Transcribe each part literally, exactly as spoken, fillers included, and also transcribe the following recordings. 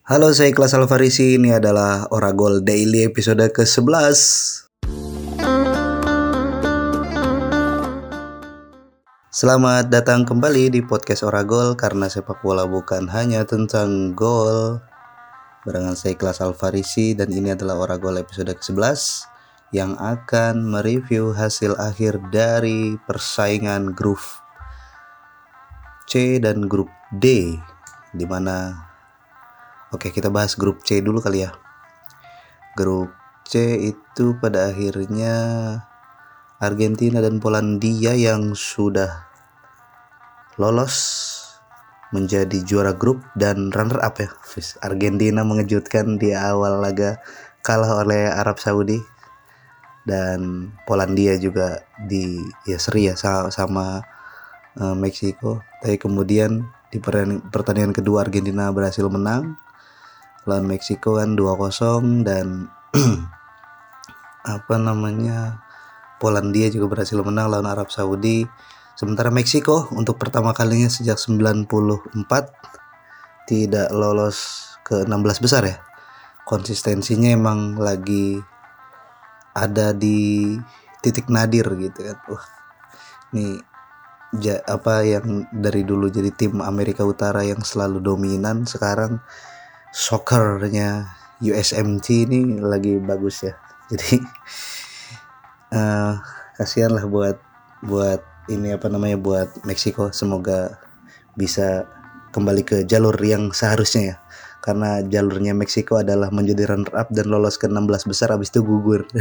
Halo, saya Ikhlas Alfarisi. Ini adalah Oragol Daily episode kesebelas. Selamat datang kembali di podcast Oragol, karena sepak bola bukan hanya tentang gol. Barengan saya Ikhlas Alfarisi, dan ini adalah Oragol episode kesebelas yang akan mereview hasil akhir dari persaingan grup C dan grup D, di mana Oke, kita bahas grup C dulu kali ya. Grup C itu pada akhirnya Argentina dan Polandia yang sudah lolos menjadi juara grup dan runner up ya. Argentina mengejutkan di awal laga kalah oleh Arab Saudi, dan Polandia juga di ya seri ya sama, sama uh, Meksiko. Tapi kemudian di pertandingan kedua Argentina berhasil menang lawan Meksiko kan dua kosong, dan apa namanya Polandia juga berhasil menang lawan Arab Saudi. Sementara Meksiko untuk pertama kalinya sejak sembilan puluh empat tidak lolos ke enam belas besar ya. Konsistensinya emang lagi ada di titik nadir gitu kan. Wah, ini ja, apa yang dari dulu jadi tim Amerika Utara yang selalu dominan, sekarang soccernya U S M T ini lagi bagus ya. Jadi uh, kasihan lah buat buat ini apa namanya buat Meksiko. Semoga bisa kembali ke jalur yang seharusnya ya, karena jalurnya Meksiko adalah menjadi runner up dan lolos ke enam belas besar, habis itu gugur.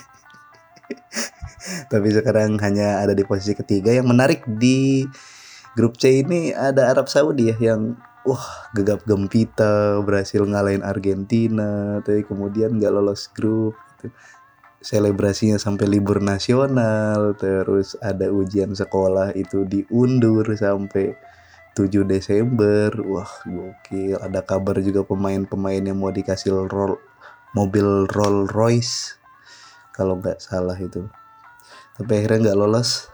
Tapi sekarang hanya ada di posisi ketiga. Yang menarik di grup C ini ada Arab Saudi ya, yang wah gegap gempita berhasil ngalahin Argentina, tapi kemudian nggak lolos grup gitu. Selebrasinya sampai libur nasional, terus ada ujian sekolah itu diundur sampai tujuh Desember. Wah gokil. Ada kabar juga pemain-pemain yang mau dikasih roll, mobil Rolls Royce kalau nggak salah itu, tapi akhirnya nggak lolos.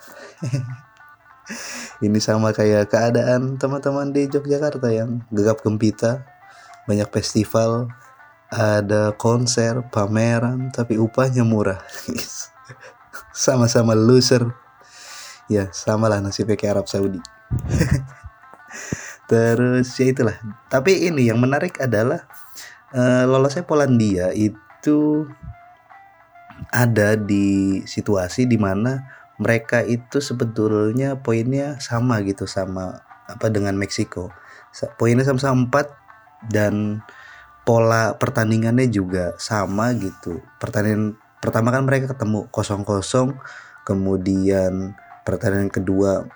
Ini sama kayak keadaan teman-teman di Yogyakarta yang gegap gempita, banyak festival, ada konser, pameran, tapi upahnya murah. Sama-sama loser. Ya, samalah nasibnya kayak Arab Saudi. Terus ya itulah. Tapi ini yang menarik adalah uh, lolosnya Polandia itu ada di situasi di mana mereka itu sebetulnya poinnya sama gitu sama apa dengan Meksiko. Poinnya sama-sama empat, dan pola pertandingannya juga sama gitu. Pertandingan pertama kan mereka ketemu kosong kosong, kemudian pertandingan kedua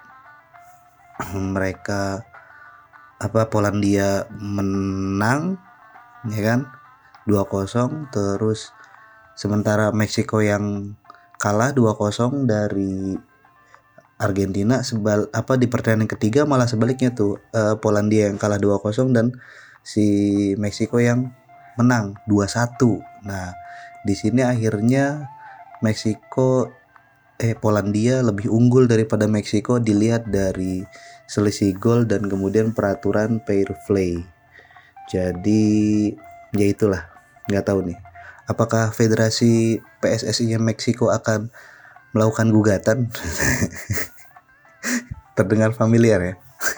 mereka apa Polandia menang ya kan dua kosong, terus sementara Meksiko yang kalah dua kosong dari Argentina. Sebal apa di pertandingan ketiga malah sebaliknya tuh, uh, Polandia yang kalah dua kosong dan si Meksiko yang menang dua satu. Nah, di sini akhirnya Meksiko eh Polandia lebih unggul daripada Meksiko dilihat dari selisih gol dan kemudian peraturan fair play. Jadi ya itulah, nggak tahu nih apakah Federasi P S S I-nya Meksiko akan melakukan gugatan. Terdengar familiar ya.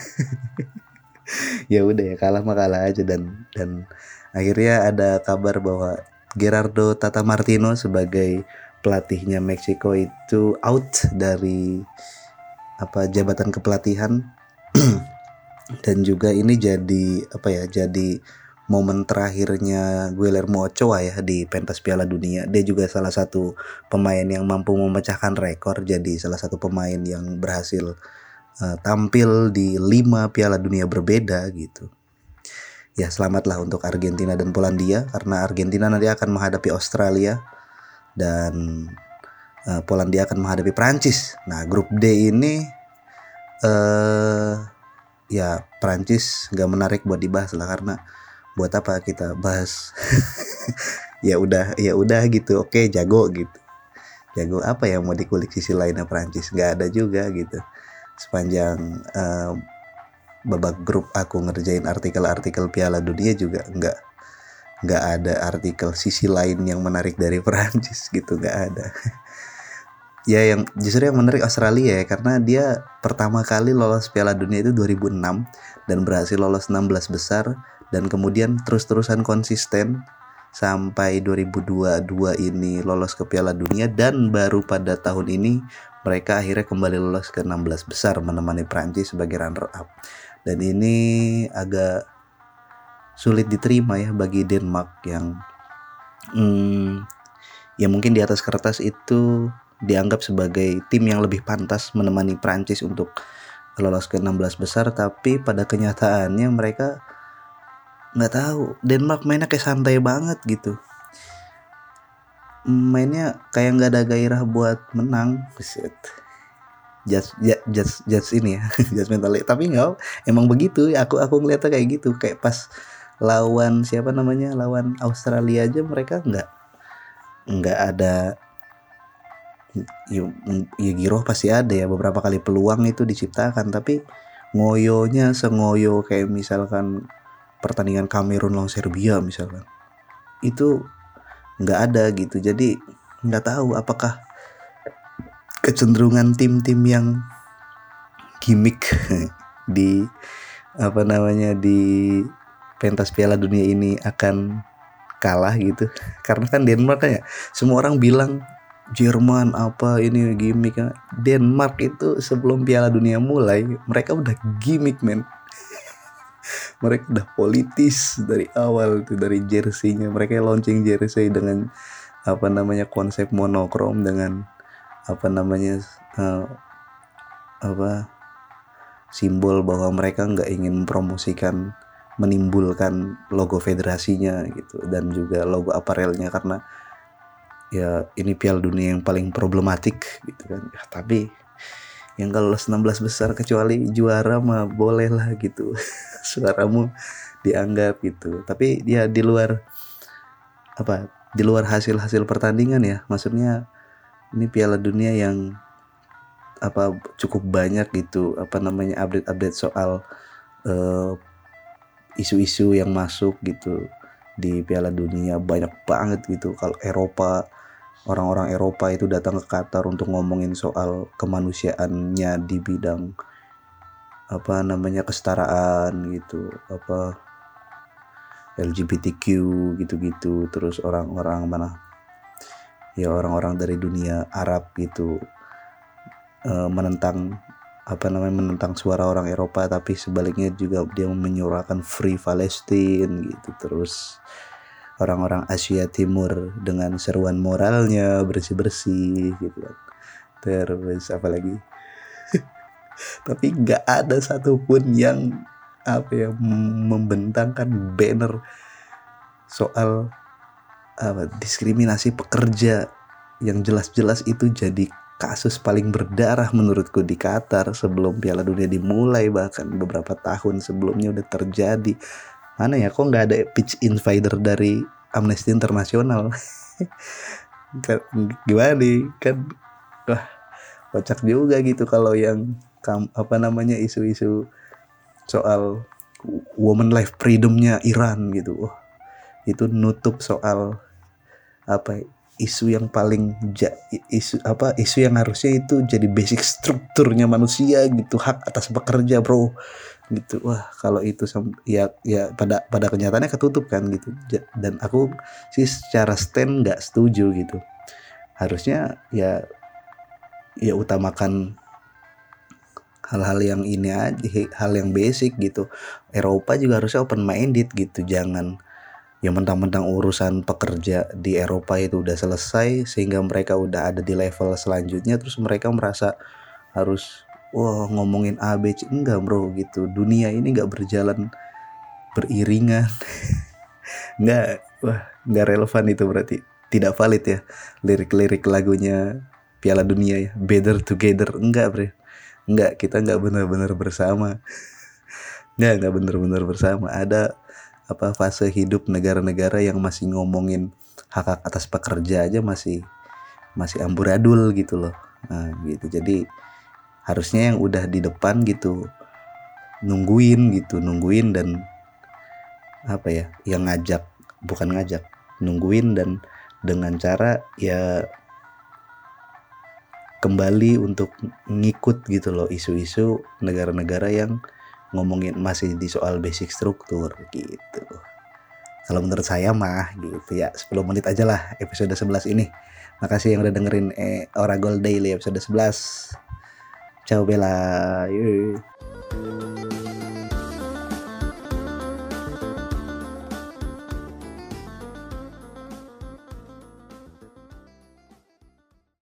Ya udah ya, kalah mah kalah aja, dan dan akhirnya ada kabar bahwa Gerardo Tata Martino sebagai pelatihnya Meksiko itu out dari apa jabatan kepelatihan. Dan juga ini jadi apa ya jadi momen terakhirnya Guillermo Ochoa ya di pentas Piala Dunia. Dia juga salah satu pemain yang mampu memecahkan rekor, jadi salah satu pemain yang berhasil uh, tampil di lima Piala Dunia berbeda gitu. Ya selamatlah untuk Argentina dan Polandia, karena Argentina nanti akan menghadapi Australia dan uh, Polandia akan menghadapi Prancis. Nah grup D ini uh, ya Prancis gak menarik buat dibahas lah, karena buat apa kita bahas. ya udah ya udah gitu, oke jago gitu, jago apa yang mau dikulik sisi lainnya Prancis, nggak ada juga gitu. Sepanjang uh, babak grup aku ngerjain artikel-artikel Piala Dunia juga nggak nggak ada artikel sisi lain yang menarik dari Perancis gitu, nggak ada. Ya yang justru yang menarik Australia ya, karena dia pertama kali lolos Piala Dunia itu dua ribu enam dan berhasil lolos enam belas besar, dan kemudian terus-terusan konsisten sampai dua ribu dua puluh dua ini lolos ke Piala Dunia, dan baru pada tahun ini mereka akhirnya kembali lolos ke enam belas besar menemani Prancis sebagai runner up. Dan ini agak sulit diterima ya bagi Denmark yang hmm, ya mungkin di atas kertas itu dianggap sebagai tim yang lebih pantas menemani Prancis untuk lolos ke enam belas besar, tapi pada kenyataannya mereka nggak tahu, Denmark mainnya kayak santai banget gitu, mainnya kayak nggak ada gairah buat menang. Buset. Judge, judge, judge ini ya, judge mentalnya. Tapi nggak, emang begitu. Aku aku ngeliatnya kayak gitu. Kayak pas lawan siapa namanya, lawan Australia aja mereka nggak nggak ada. Ya, ya Giroh pasti ada ya, beberapa kali peluang itu diciptakan, tapi ngoyonya sengoyo kayak misalkan pertandingan Kamerun lawan Serbia misalkan, itu nggak ada gitu. Jadi nggak tahu apakah kecenderungan tim-tim yang gimmick di apa namanya di pentas Piala Dunia ini akan kalah gitu. Karena kan Denmark kan ya, semua orang bilang Jerman apa ini gimmick. Denmark itu sebelum Piala Dunia mulai mereka udah gimmick men. Mereka udah politis dari awal tuh, dari jersey-nya. Mereka launching jersey dengan apa namanya konsep monokrom, dengan apa namanya uh, apa simbol bahwa mereka nggak ingin mempromosikan, menimbulkan logo federasinya gitu, dan juga logo aparelnya, karena ya ini Piala Dunia yang paling problematik gitu kan. Ya, tapi yang kalau enam belas besar kecuali juara mah boleh lah gitu. Suaramu dianggap gitu. Tapi dia di luar apa di luar hasil-hasil pertandingan ya, maksudnya ini Piala Dunia yang apa cukup banyak gitu apa namanya update-update soal uh, isu-isu yang masuk gitu di Piala Dunia, banyak banget gitu. Kalau Eropa, orang-orang Eropa itu datang ke Qatar untuk ngomongin soal kemanusiaannya di bidang apa namanya kesetaraan gitu, apa L G B T Q gitu-gitu. Terus orang-orang mana ya, orang-orang dari dunia Arab gitu e, menentang apa namanya menentang suara orang Eropa, tapi sebaliknya juga dia menyuarakan Free Palestine gitu. Terus orang-orang Asia Timur dengan seruan moralnya bersih-bersih gitu kan. Terus apa lagi? Tapi nggak ada satupun yang apa ya membentangkan banner soal apa diskriminasi pekerja yang jelas-jelas itu jadi kasus paling berdarah menurutku di Qatar sebelum Piala Dunia dimulai, bahkan beberapa tahun sebelumnya udah terjadi. Mana ya, kok nggak ada pitch invader dari Amnesty International? Gimana nih kan, wah kocak juga gitu kalau yang apa namanya isu-isu soal woman life freedomnya Iran gitu. Wah itu nutup soal apa isu yang paling ja, isu apa isu yang harusnya itu jadi basic strukturnya manusia gitu, hak atas pekerja bro gitu. Wah kalau itu ya ya pada pada kenyataannya ketutup kan gitu. Dan aku sih secara stand nggak setuju gitu. Harusnya ya ya utamakan hal-hal yang ini aja, hal yang basic gitu. Eropa juga harusnya open minded gitu, jangan yang mentang-mentang urusan pekerja di Eropa itu udah selesai sehingga mereka udah ada di level selanjutnya, terus mereka merasa harus wah ngomongin A B C. Enggak bro gitu, dunia ini gak berjalan beriringan. Enggak, wah gak relevan itu, berarti tidak valid ya lirik-lirik lagunya Piala Dunia ya, Better Together. Enggak bro, enggak, kita gak benar-benar bersama. Enggak, gak benar-benar bersama. Ada apa fase hidup negara-negara yang masih ngomongin hak-hak atas pekerja aja masih masih amburadul gitu loh. Nah, gitu. Jadi harusnya yang udah di depan gitu nungguin gitu, nungguin dan apa ya, yang ngajak bukan ngajak, nungguin, dan dengan cara ya kembali untuk ngikut gitu loh isu-isu negara-negara yang ngomongin masih di soal basic struktur gitu. Kalau menurut saya mah gitu ya, sepuluh menit aja lah episode sebelas ini. Makasih yang udah dengerin eh, Oragol Daily episode sebelas. Ciao Bella. Yeay.